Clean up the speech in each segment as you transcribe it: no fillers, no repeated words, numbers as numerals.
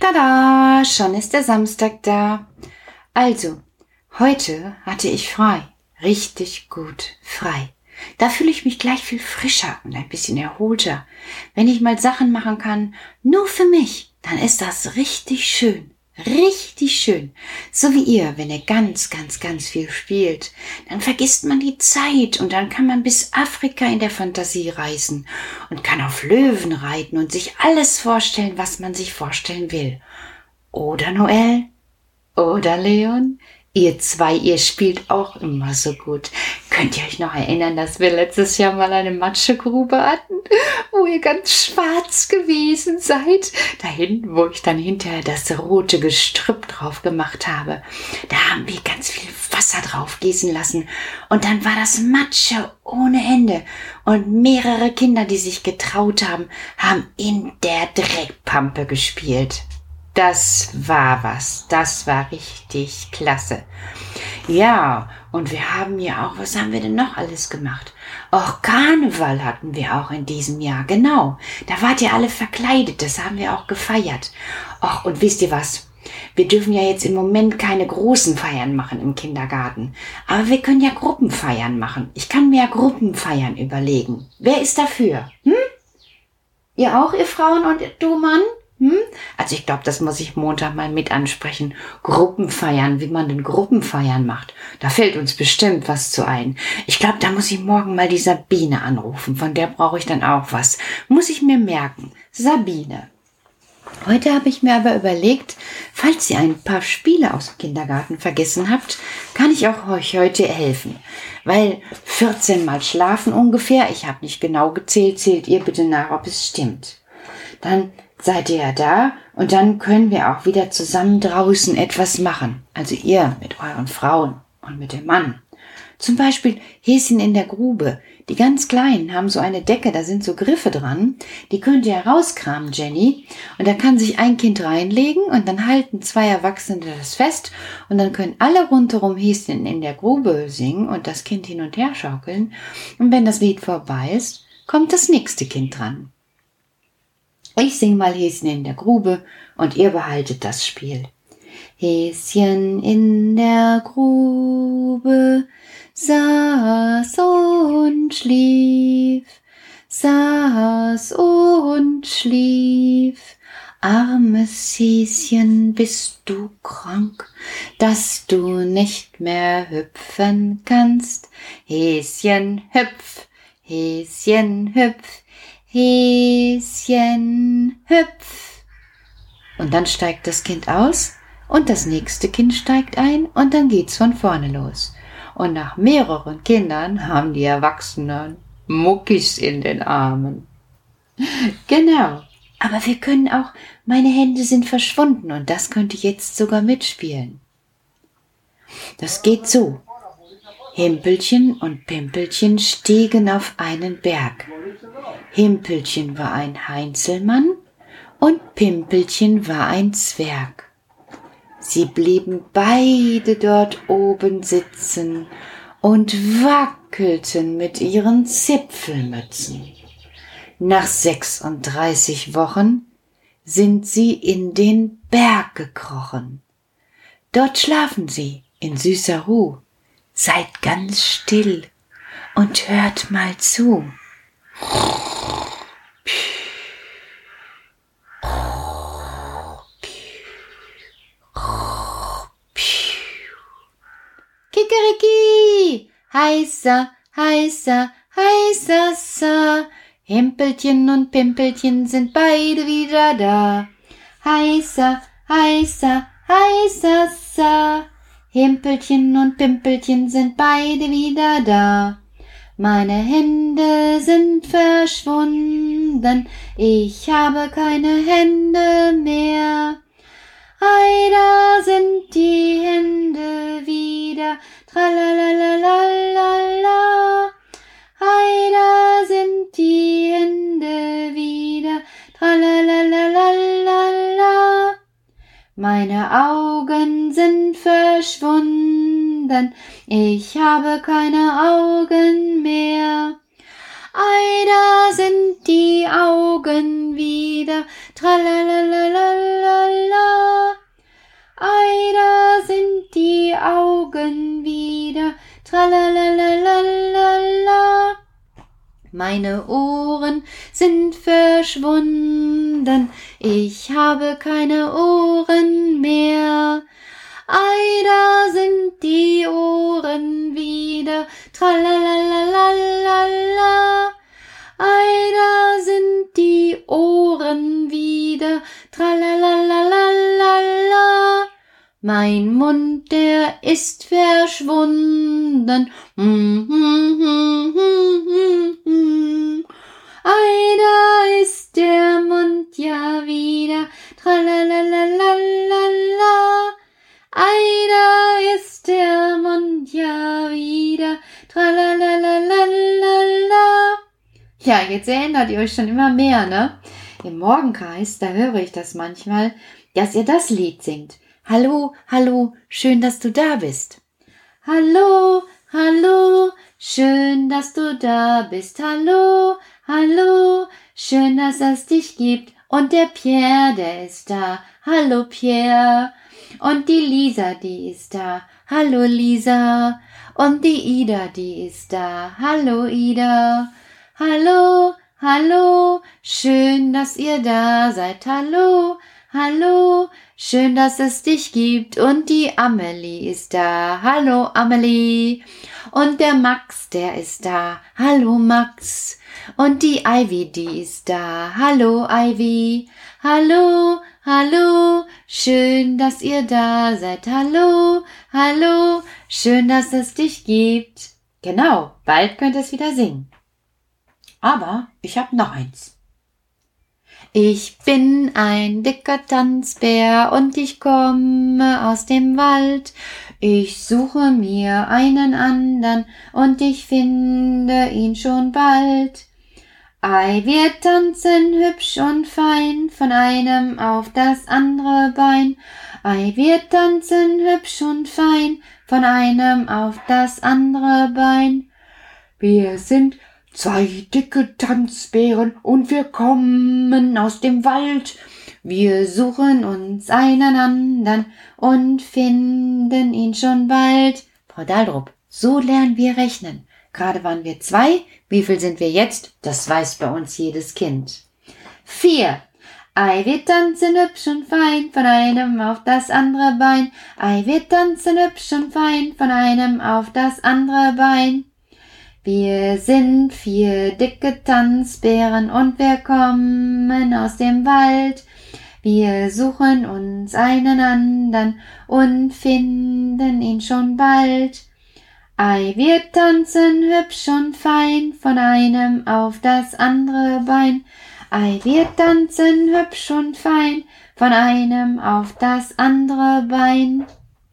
Tada, schon ist der Samstag da. Also, heute hatte ich frei. Richtig gut frei. Da fühle ich mich gleich viel frischer und ein bisschen erholter. Wenn ich mal Sachen machen kann, nur für mich, dann ist das richtig schön. Richtig schön. So wie ihr, wenn ihr ganz viel spielt. Dann vergisst man die Zeit und dann kann man bis Afrika in der Fantasie reisen und kann auf Löwen reiten und sich alles vorstellen, was man sich vorstellen will. Oder Noel? Oder Leon? Ihr zwei, ihr spielt auch immer so gut. Könnt ihr euch noch erinnern, dass wir letztes Jahr mal eine Matschegrube hatten, wo ihr ganz schwarz gewesen seid? Da hinten, wo ich dann hinterher das rote Gestrüpp drauf gemacht habe. Da haben wir ganz viel Wasser drauf gießen lassen. Und dann war das Matsche ohne Ende. Und mehrere Kinder, die sich getraut haben, haben in der Dreckpampe gespielt. Das war was. Das war richtig klasse. Ja, und wir haben ja auch, was haben wir denn noch alles gemacht? Auch Karneval hatten wir auch in diesem Jahr, genau. Da wart ihr alle verkleidet, das haben wir auch gefeiert. Och, und wisst ihr was? Wir dürfen ja jetzt im Moment keine großen Feiern machen im Kindergarten. Aber wir können ja Gruppenfeiern machen. Ich kann mir ja Gruppenfeiern überlegen. Wer ist dafür? Ihr auch, ihr Frauen und du Mann? Also ich glaube, das muss ich Montag mal mit ansprechen. Gruppenfeiern, wie man denn Gruppenfeiern macht. Da fällt uns bestimmt was zu ein. Ich glaube, da muss ich morgen mal die Sabine anrufen. Von der brauche ich dann auch was. Muss ich mir merken. Sabine. Heute habe ich mir aber überlegt, falls ihr ein paar Spiele aus dem Kindergarten vergessen habt, kann ich auch euch heute helfen. Weil 14 Mal schlafen ungefähr, ich habe nicht genau gezählt, zählt ihr bitte nach, ob es stimmt. Dann seid ihr ja da und dann können wir auch wieder zusammen draußen etwas machen. Also ihr mit euren Frauen und mit dem Mann. Zum Beispiel Häschen in der Grube. Die ganz Kleinen haben so eine Decke, da sind so Griffe dran. Die könnt ihr rauskramen, Jenny. Und da kann sich ein Kind reinlegen und dann halten 2 Erwachsene das fest. Und dann können alle rundherum Häschen in der Grube singen und das Kind hin und her schaukeln. Und wenn das Lied vorbei ist, kommt das nächste Kind dran. Ich sing mal Häschen in der Grube und ihr behaltet das Spiel. Häschen in der Grube saß und schlief, Armes Häschen, bist du krank, dass du nicht mehr hüpfen kannst? Häschen, hüpf, Häschen, hüpf, Häschen, hüpf. Und dann steigt das Kind aus und das nächste Kind steigt ein und dann geht's von vorne los. Und nach mehreren Kindern haben die Erwachsenen Muckis in den Armen. Genau. Aber wir können auch, meine Hände sind verschwunden und das könnte ich jetzt sogar mitspielen. Das geht so. Himpelchen und Pimpelchen stiegen auf einen Berg. Himpelchen war ein Heinzelmann und Pimpelchen war ein Zwerg. Sie blieben beide dort oben sitzen und wackelten mit ihren Zipfelmützen. Nach 36 Wochen sind sie in den Berg gekrochen. Dort schlafen sie in süßer Ruhe. Seid ganz still und hört mal zu. Kikeriki, heißer, heißer, heißer Sa. Himpelchen und Pimpelchen sind beide wieder da. Heißer, heißer, heißer Sa. Himpelchen und Pimpelchen sind beide wieder da. Meine Hände sind verschwunden, ich habe keine Hände mehr. Ei, da sind die Hände wieder, tralalalalala. Ei, da sind die Hände wieder, tralalalalala. Meine Augen sind verschwunden, ich habe keine Augen mehr. Ei, da sind die Augen wieder, tralalalalala. Ei, da sind die Augen wieder, tralalalalala. Meine Ohren sind verschwunden, ich habe keine Ohren mehr. Ei, da sind die Ohren wieder, tralalalalala. Ei, da sind die Ohren wieder, tralalalalala. Mein Mund, der ist verschwunden. Ei, da ist der Mund ja wieder. Tralalalalala. Ei, da ist der Mund ja wieder. Tralalalalala. Ja, jetzt erinnert ihr euch schon immer mehr, ne? Im Morgenkreis, da höre ich das manchmal, dass ihr das Lied singt. Hallo, hallo, schön, dass du da bist. Hallo, hallo, schön, dass du da bist. Hallo, hallo, schön, dass es dich gibt. Und der Pierre, der ist da. Hallo, Pierre. Und die Lisa, die ist da. Hallo, Lisa. Und die Ida, die ist da. Hallo, Ida. Hallo, hallo, schön, dass ihr da seid. Hallo, hallo, schön, dass es dich gibt. Und die Amelie ist da. Hallo, Amelie. Und der Max, der ist da. Hallo, Max. Und die Ivy, die ist da. Hallo, Ivy. Hallo, hallo, schön, dass ihr da seid. Hallo, hallo, schön, dass es dich gibt. Genau, bald könnt ihr es wieder singen. Aber ich habe noch eins. Ich bin ein dicker Tanzbär und ich komme aus dem Wald. Ich suche mir einen andern und ich finde ihn schon bald. Ei, wir tanzen hübsch und fein von einem auf das andere Bein. Ei, wir tanzen hübsch und fein von einem auf das andere Bein. Wir sind zwei dicke Tanzbären und wir kommen aus dem Wald. Wir suchen uns einen andern und finden ihn schon bald. Frau Daldrup, so lernen wir rechnen. Gerade waren wir 2. Wie viel sind wir jetzt? Das weiß bei uns jedes Kind. 4. Ei, wir tanzen hübsch und fein von einem auf das andere Bein. Ei, wir tanzen hübsch und fein von einem auf das andere Bein. Wir sind 4 dicke Tanzbären und wir kommen aus dem Wald. Wir suchen uns einen andern und finden ihn schon bald. Ei, wir tanzen hübsch und fein von einem auf das andere Bein. Ei, wir tanzen hübsch und fein von einem auf das andere Bein.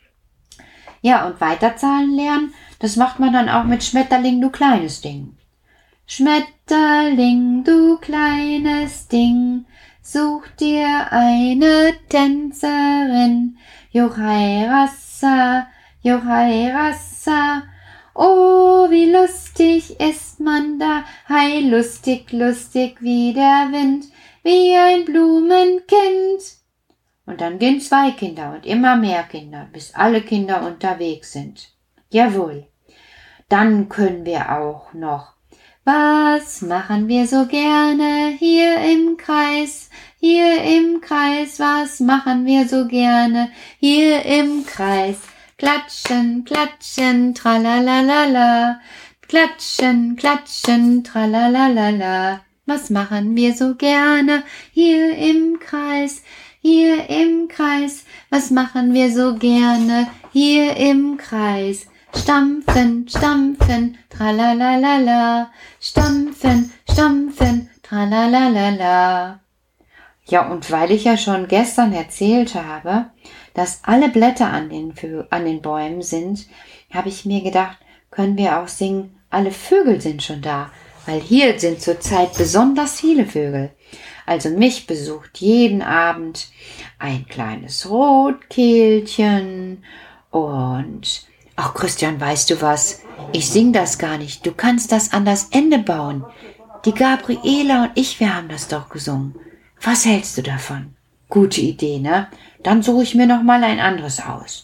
Ja, und weiterzahlen lernen, das macht man dann auch mit Schmetterling, du kleines Ding. Schmetterling, du kleines Ding, such dir eine Tänzerin. Juchai Rassa, Juchai Rassa. Oh, wie lustig ist man da, hei, lustig, lustig wie der Wind, wie ein Blumenkind. Und dann gehen 2 Kinder und immer mehr Kinder, bis alle Kinder unterwegs sind. Jawohl. Dann können wir auch noch. Was machen wir so gerne hier im Kreis? Hier im Kreis, was machen wir so gerne hier im Kreis? Klatschen, klatschen, tralalala. Klatschen, klatschen, tralalala. Was machen wir so gerne hier im Kreis? Hier im Kreis, was machen wir so gerne hier im Kreis? Stampfen, stampfen, tralalala, stampfen, stampfen, tralalala. Ja, und weil ich ja schon gestern erzählt habe, dass alle Blätter an den Bäumen sind, habe ich mir gedacht, können wir auch singen, alle Vögel sind schon da, weil hier sind zurzeit besonders viele Vögel. Also mich besucht jeden Abend ein kleines Rotkehlchen und Ach Christian, weißt du was? Ich sing das gar nicht. Du kannst das an das Ende bauen. Die Gabriela und ich, wir haben das doch gesungen. Was hältst du davon? Gute Idee, ne? Dann suche ich mir noch mal ein anderes aus.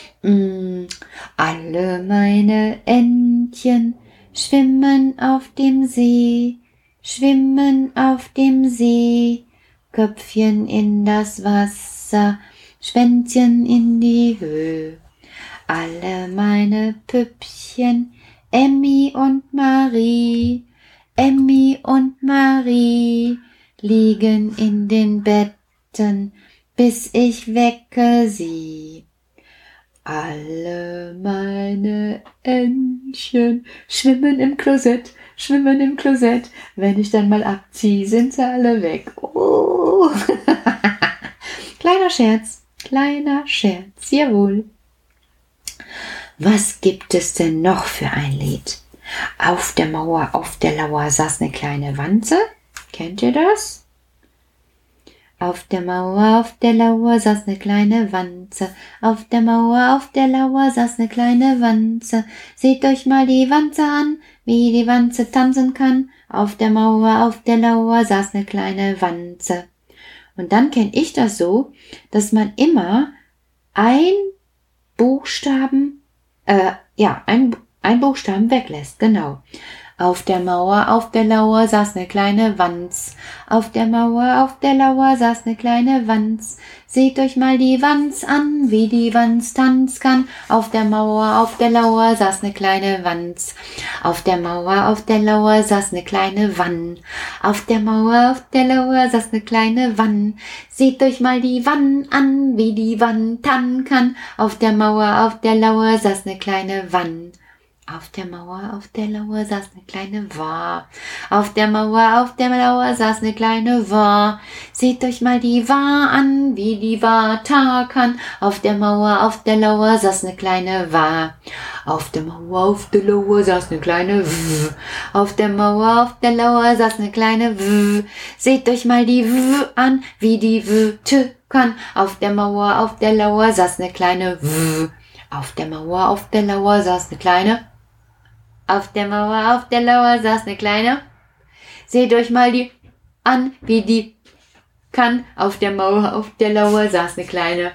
Alle meine Entchen schwimmen auf dem See, schwimmen auf dem See, Köpfchen in das Wasser, Schwänzchen in die Höhe. Alle meine Püppchen, Emmy und Marie, liegen in den Betten, bis ich wecke sie. Alle meine Entchen schwimmen im Klosett, wenn ich dann mal abziehe, sind sie alle weg. Oh. Kleiner Scherz, jawohl. Was gibt es denn noch für ein Lied? Auf der Mauer, auf der Lauer saß eine kleine Wanze. Kennt ihr das? Auf der Mauer, auf der Lauer saß eine kleine Wanze. Auf der Mauer, auf der Lauer saß eine kleine Wanze. Seht euch mal die Wanze an, wie die Wanze tanzen kann. Auf der Mauer, auf der Lauer saß eine kleine Wanze. Und dann kenne ich das so, dass man immer ein Buchstaben weglässt, genau. Auf der Mauer, auf der Lauer saß eine kleine Wanz. Auf der Mauer, auf der Lauer saß eine kleine Wanz. Seht euch mal die Wanz an, wie die Wanz tanzen kann. Auf der Mauer, auf der Lauer saß eine kleine Wanz. Auf der Mauer, auf der Lauer saß eine kleine Wann. Auf der Mauer, auf der Lauer saß eine kleine Wann. Seht euch mal die Wann an, wie die Wann tanzen kann. Auf der Mauer, auf der Lauer saß eine kleine Wann. Auf der Mauer, auf der Lauer saß eine kleine War. Auf der Mauer, auf der Lauer saß eine kleine War. Seht euch mal die War an, wie die War tagen kann. Auf der Mauer, auf der Lauer saß eine kleine War. Auf der Mauer, auf der Lauer saß eine kleine W. Auf der Mauer, auf der Lauer saß eine kleine W. Seht euch mal die W an, wie die W tagen kann. Auf der Mauer, auf der Lauer saß eine kleine W. Auf der Mauer, auf der Lauer saß eine kleine. Auf der Mauer, auf der Lauer saß eine kleine. Seht euch mal die an, wie die kann. Auf der Mauer, auf der Lauer saß eine kleine.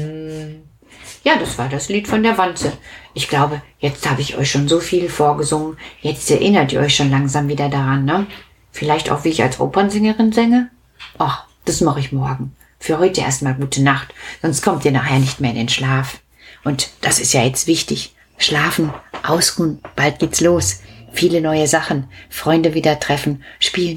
Ja, das war das Lied von der Wanze. Ich glaube, jetzt habe ich euch schon so viel vorgesungen. Jetzt erinnert ihr euch schon langsam wieder daran, ne? Vielleicht auch, wie ich als Opernsängerin singe? Ach, das mache ich morgen. Für heute erstmal gute Nacht, sonst kommt ihr nachher nicht mehr in den Schlaf. Und das ist ja jetzt wichtig. Schlafen, ausruhen, bald geht's los. Viele neue Sachen, Freunde wieder treffen, spielen.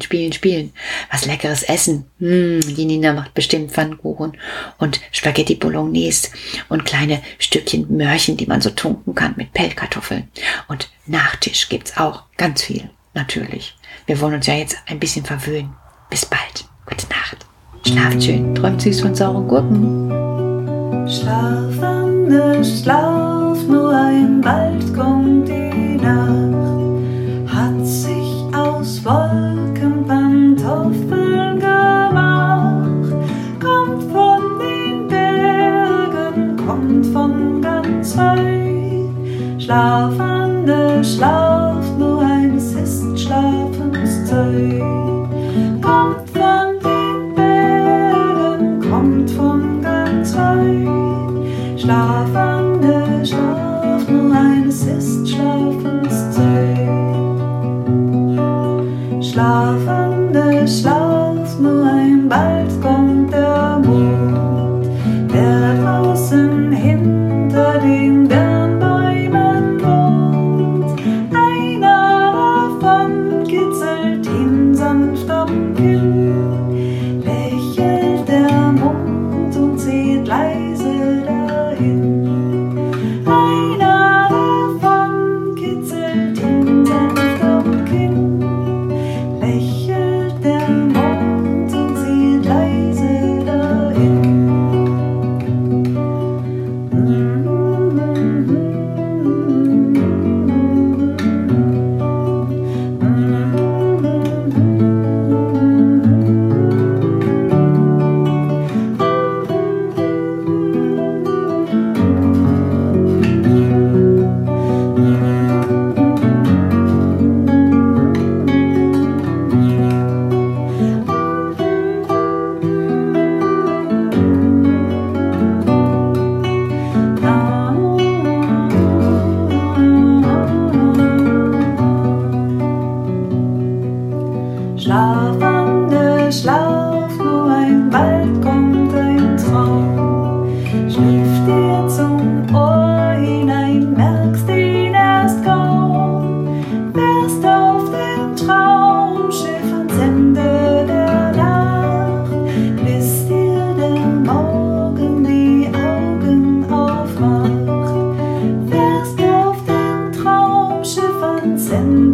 Was Leckeres essen. Die Nina macht bestimmt Pfannkuchen und Spaghetti Bolognese und kleine Stückchen Möhrchen, die man so tunken kann mit Pellkartoffeln. Und Nachtisch gibt's auch, ganz viel, natürlich. Wir wollen uns ja jetzt ein bisschen verwöhnen. Bis bald. Gute Nacht. Schlaft schön, träumt süß von sauren Gurken. Schlaf, Anne, schlaf, nur ein Wald kommt die Nacht, hat sich aus Wolkenpantoffeln gemacht, kommt von den Bergen, kommt von ganz weit. Schlaf, Anne, schlaf, nur es ist Schlafenszeit, kommt von den Bergen, kommt von ganz weit. Schlaf, Anne, schlaf, nur es ist Schlafenszeit. Schlaf, Anne, schlaf, nur bald kommt der Mond, der draußen hinter den Birnbäumen wohnt. Einer davon kitzelt ihn sanft am Kinn, lächelt der Mond und zieht leise dahin. Einer davon kitzelt ihn sind